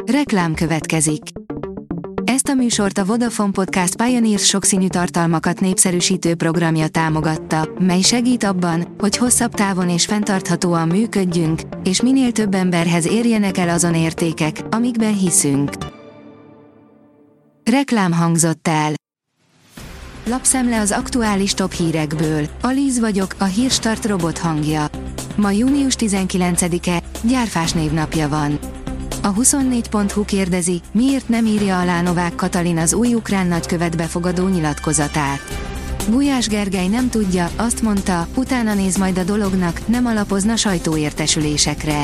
Reklám következik. Ezt a műsort a Vodafone Podcast Pioneers sokszínű tartalmakat népszerűsítő programja támogatta, mely segít abban, hogy hosszabb távon és fenntarthatóan működjünk, és minél több emberhez érjenek el azon értékek, amikben hiszünk. Reklám hangzott el. Lapszemle az aktuális top hírekből. Alíz vagyok, a Hírstart robot hangja. Ma június 19-e, Gyárfás névnapja van. A 24.hu kérdezi, miért nem írja alá Novák Katalin az új ukrán nagykövet befogadó nyilatkozatát. Gulyás Gergely nem tudja, azt mondta, utána néz majd a dolognak, nem alapozna sajtóértesülésekre.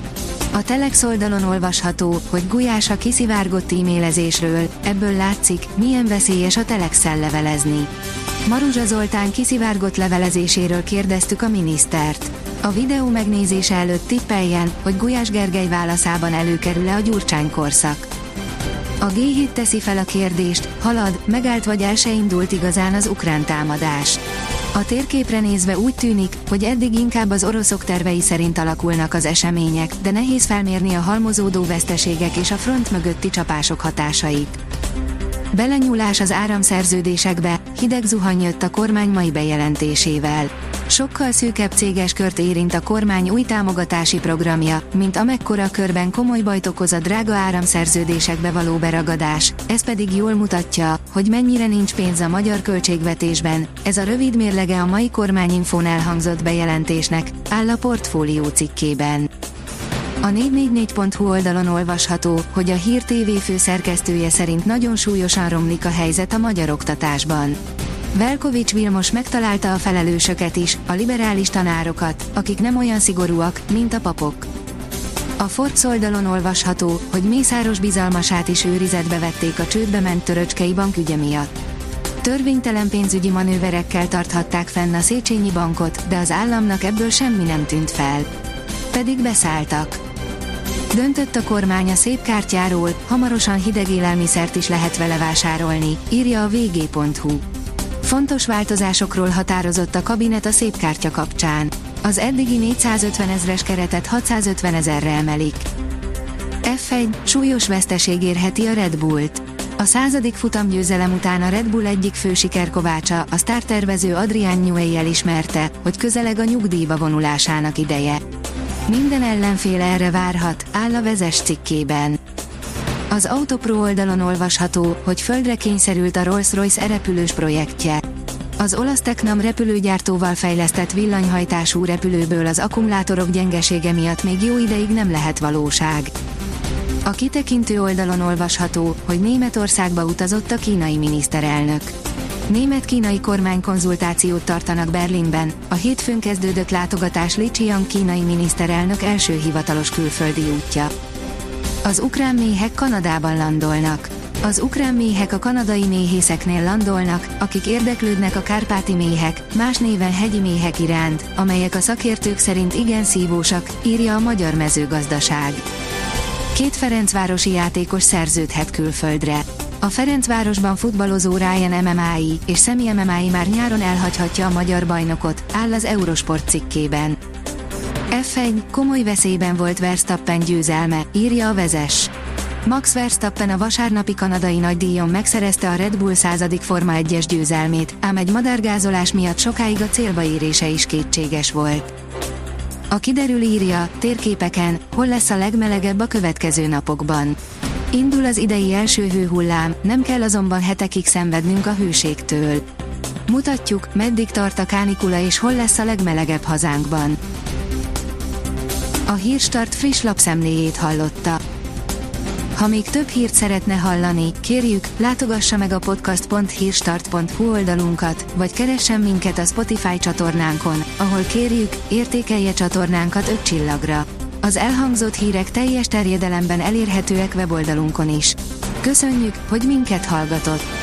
A Telex oldalon olvasható, hogy Gulyás a kiszivárgott e-mailezésről, ebből látszik, milyen veszélyes a Telexsel levelezni. Maruzsa Zoltán kiszivárgott levelezéséről kérdeztük a minisztert. A videó megnézése előtt tippeljen, hogy Gulyás Gergely válaszában előkerül-e a Gyurcsány korszak. A G7 teszi fel a kérdést, halad, megállt vagy el se indult igazán az ukrán támadás. A térképre nézve úgy tűnik, hogy eddig inkább az oroszok tervei szerint alakulnak az események, de nehéz felmérni a halmozódó veszteségek és a front mögötti csapások hatásait. Belenyúlás az áramszerződésekbe, hideg zuhany jött a kormány mai bejelentésével. Sokkal szűkebb céges kört érint a kormány új támogatási programja, mint amekkora körben komoly bajt okoz a drága áramszerződésekbe való beragadás, ez pedig jól mutatja, hogy mennyire nincs pénz a magyar költségvetésben, ez a rövid mérlege a mai kormányinfón elhangzott bejelentésnek, áll a Portfólió cikkében. A 444.hu oldalon olvasható, hogy a Hír TV főszerkesztője szerint nagyon súlyosan romlik a helyzet a magyar oktatásban. Velkovics Vilmos megtalálta a felelősöket is, a liberális tanárokat, akik nem olyan szigorúak, mint a papok. A Forbes oldalon olvasható, hogy Mészáros bizalmasát is őrizetbe vették a csődbe ment Töröcskei bank ügye miatt. Törvénytelen pénzügyi manőverekkel tarthatták fenn a Széchenyi bankot, de az államnak ebből semmi nem tűnt fel. Pedig beszálltak. Döntött a kormány a szép kártyáról, hamarosan hideg élelmiszert is lehet vele vásárolni, írja a vg.hu. Fontos változásokról határozott a kabinet a szép kártya kapcsán. Az eddigi 450 000-es keretet 650 000-re emelik. F1, súlyos veszteség érheti a Red Bullt. A 100. futamgyőzelem után a Red Bull egyik fő sikerkovácsa, a sztártervező Adrian Newey elismerte, hogy közeleg a nyugdíjba vonulásának ideje. Minden ellenfél erre várhat, áll a Vezes cikkében. Az Autopro oldalon olvasható, hogy földre kényszerült a Rolls-Royce repülős projektje. Az olasz Tecnam repülőgyártóval fejlesztett villanyhajtású repülőből az akkumulátorok gyengesége miatt még jó ideig nem lehet valóság. A kitekintő oldalon olvasható, hogy Németországba utazott a kínai miniszterelnök. Német-kínai kormánykonzultációt tartanak Berlinben, a hétfőn kezdődött látogatás Li Qiang kínai miniszterelnök első hivatalos külföldi útja. Az ukrán méhek Kanadában landolnak. Az ukrán méhek a kanadai méhészeknél landolnak, akik érdeklődnek a kárpáti méhek, más néven hegyi méhek iránt, amelyek a szakértők szerint igen szívósak, írja a Magyar Mezőgazdaság. 2 ferencvárosi játékos szerződhet külföldre. A Ferencvárosban futballozó Ryan MMA-i és Szemi MMA-i már nyáron elhagyhatja a magyar bajnokot, áll az Eurosport cikkében. F1, komoly veszélyben volt Verstappen győzelme, írja a Vezes. Max Verstappen a vasárnapi kanadai nagydíjon megszerezte a Red Bull 100. Forma 1-es győzelmét, ám egy madárgázolás miatt sokáig a célba érése is kétséges volt. A Kiderül írja, térképeken, hol lesz a legmelegebb a következő napokban. Indul az idei első hőhullám, nem kell azonban hetekig szenvednünk a hőségtől. Mutatjuk, meddig tart a kánikula és hol lesz a legmelegebb hazánkban. A Hírstart friss lapszemléjét hallotta. Ha még több hírt szeretne hallani, kérjük, látogassa meg a podcast.hírstart.hu oldalunkat, vagy keressen minket a Spotify csatornánkon, ahol kérjük, értékelje csatornánkat 5 csillagra. Az elhangzott hírek teljes terjedelemben elérhetőek weboldalunkon is. Köszönjük, hogy minket hallgatott!